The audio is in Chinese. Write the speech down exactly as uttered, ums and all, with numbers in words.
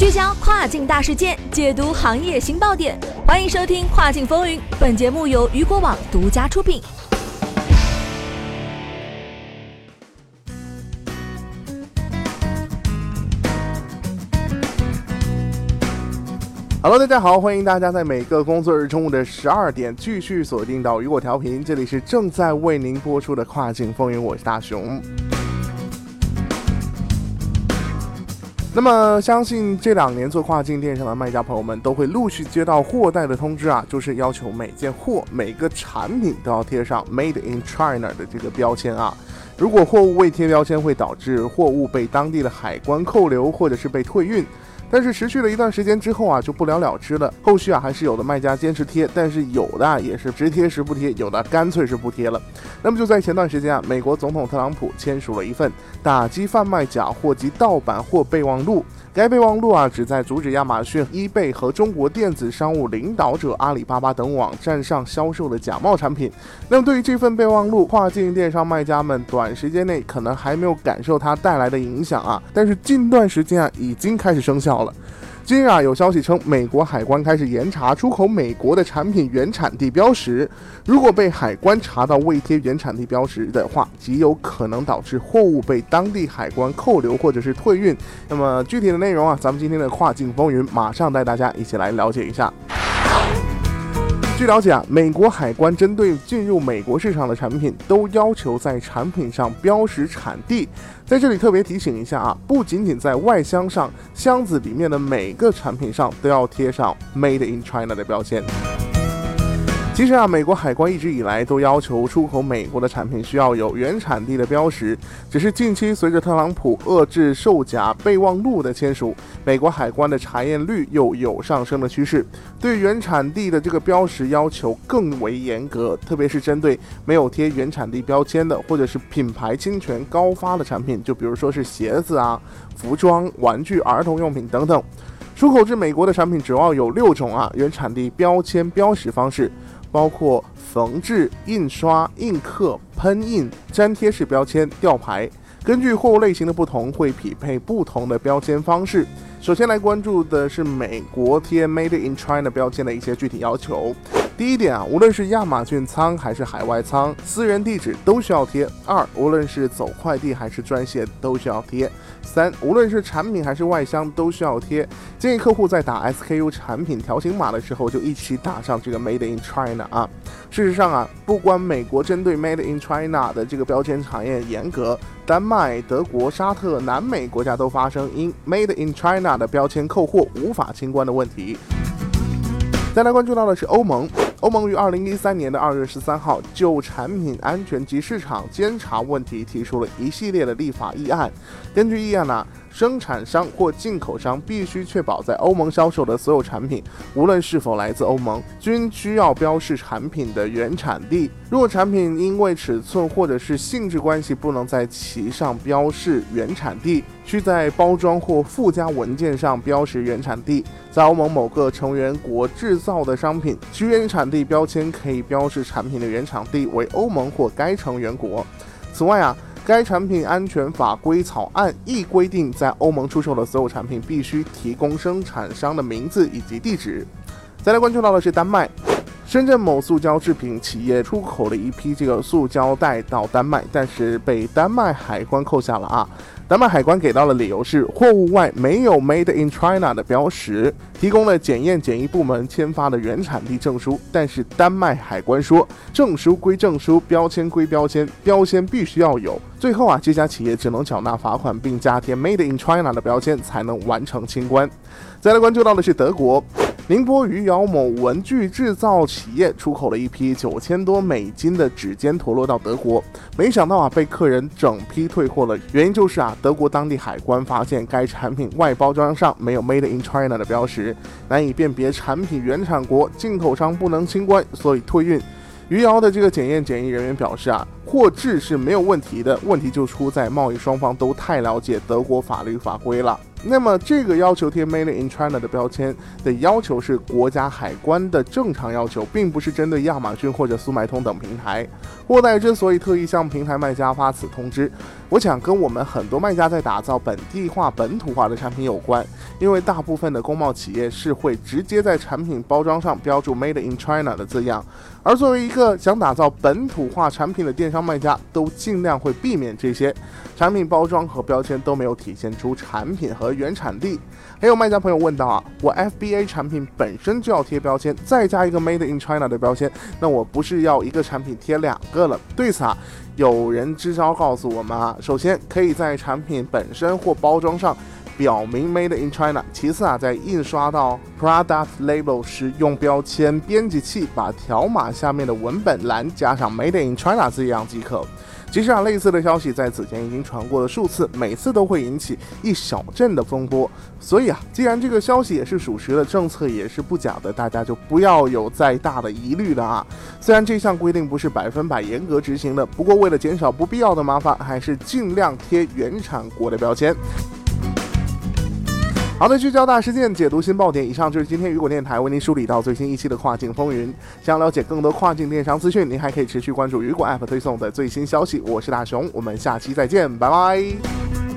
聚焦跨境大事件，解读行业新爆点，欢迎收听《跨境风云》。本节目由雨果网独家出品。 Hello， 大家好，欢迎大家在每个工作日中午的十二点继续锁定到雨果调频，这里是正在为您播出的跨境风云，我是大熊。那么相信这两年做跨境电商的卖家朋友们都会陆续接到货代的通知啊，就是要求每件货每个产品都要贴上 Made in China 的这个标签啊。如果货物未贴标签，会导致货物被当地的海关扣留或者是被退运。但是持续了一段时间之后啊，就不了了之了。后续啊，还是有的卖家坚持贴，但是有的啊也是直贴时不贴，有的干脆是不贴了。那么就在前段时间啊，美国总统特朗普签署了一份打击贩卖假货及盗版货备忘录。该备忘录啊，旨在阻止亚马逊、eBay 和中国电子商务领导者阿里巴巴等网站上销售的假冒产品。那么对于这份备忘录，跨境电商卖家们短时间内可能还没有感受它带来的影响啊，但是近段时间啊，已经开始生效了。今日啊，有消息称，美国海关开始严查出口美国的产品原产地标识。如果被海关查到未贴原产地标识的话，极有可能导致货物被当地海关扣留或者是退运。那么具体的内容啊，咱们今天的跨境风云马上带大家一起来了解一下。据了解啊，美国海关针对进入美国市场的产品，都要求在产品上标识产地。在这里特别提醒一下啊，不仅仅在外箱上，箱子里面的每个产品上都要贴上 Made in China 的标签。其实啊，美国海关一直以来都要求出口美国的产品需要有原产地的标识，只是近期随着特朗普遏制售假备忘录的签署，美国海关的查验率又有上升的趋势，对原产地的这个标识要求更为严格，特别是针对没有贴原产地标签的，或者是品牌侵权高发的产品，就比如说是鞋子啊、服装、玩具、儿童用品等等。出口至美国的产品主要有六种啊原产地标签标识方式，包括缝制、印刷、印刻、喷印、粘贴式标签、吊牌。根据货物类型的不同，会匹配不同的标签方式。首先来关注的是美国贴 Made in China 标签的一些具体要求。第一点啊，无论是亚马逊仓还是海外仓，私人地址都需要贴。二，无论是走快递还是专线都需要贴。三，无论是产品还是外箱都需要贴。建议客户在打 S K U 产品条形码的时候，就一起打上这个 Made in China 啊。事实上啊，不光美国针对 Made in China 的这个标签查验严格，丹麦、德国、沙特、南美国家都发生因 Made in China 的标签扣货无法清关的问题。再来关注到的是欧盟。欧盟于二零一三年的二月十三号就产品安全及市场监察问题提出了一系列的立法议案。根据议案呢、啊，生产商或进口商必须确保在欧盟销售的所有产品，无论是否来自欧盟，均需要标示产品的原产地。如果产品因为尺寸或者是性质关系不能在其上标示原产地，需在包装或附加文件上标识原产地。在欧盟某个成员国制造的商品，其原产地标签可以标示产品的原产地为欧盟或该成员国。此外啊，该产品安全法规草案亦规定，在欧盟出售的所有产品必须提供生产商的名字以及地址。再来关注到的是丹麦。深圳某塑胶制品企业出口了一批这个塑胶袋到丹麦，但是被丹麦海关扣下了啊。丹麦海关给到的理由是货物外没有 Made in China 的标识，提供了检验检疫部门签发的原产地证书。但是丹麦海关说，证书归证书，标签归标签，标签必须要有。最后啊，这家企业只能缴纳罚款，并加贴 Made in China 的标签，才能完成清关。再来关注到的是德国。宁波余姚某文具制造企业出口了一批九千多美金的指尖陀螺到德国，没想到啊被客人整批退货了。原因就是啊，德国当地海关发现该产品外包装上没有 Made in China 的标识，难以辨别产品原产国，进口商不能清关，所以退运。余姚的这个检验检疫人员表示啊，货质是没有问题的，问题就出在贸易双方都太了解德国法律法规了。那么这个要求贴 Made in China 的标签的要求是国家海关的正常要求，并不是针对亚马逊或者速卖通等平台。货代之所以特意向平台卖家发此通知， 我想跟我们很多卖家在打造本地化、本土化的产品有关，因为大部分的工贸企业是会直接在产品包装上标注 Made in China 的字样，而作为一个想打造本土化产品的电商卖家，都尽量会避免这些产品包装和标签都没有体现出产品和原产地。还有卖家朋友问到啊，我 F B A 产品本身就要贴标签，再加一个 Made in China 的标签，那我不是要一个产品贴两个了？对此啊，有人支招告诉我们啊，首先可以在产品本身或包装上表明 Made in China， 其次啊，在印刷到 Product Label 时，用标签编辑器把条码下面的文本栏加上 Made in China 字样即可。其实啊，类似的消息在此前已经传过了数次，每次都会引起一小阵的风波。所以啊，既然这个消息也是属实的，政策也是不假的，大家就不要有再大的疑虑了啊。虽然这项规定不是百分百严格执行的，不过为了减少不必要的麻烦，还是尽量贴原产国的标签。好的，聚焦大事件，解读新爆点。以上就是今天雨果电台为您梳理到最新一期的跨境风云。想了解更多跨境电商资讯，您还可以持续关注雨果 App 推送的最新消息。我是大熊，我们下期再见，拜拜。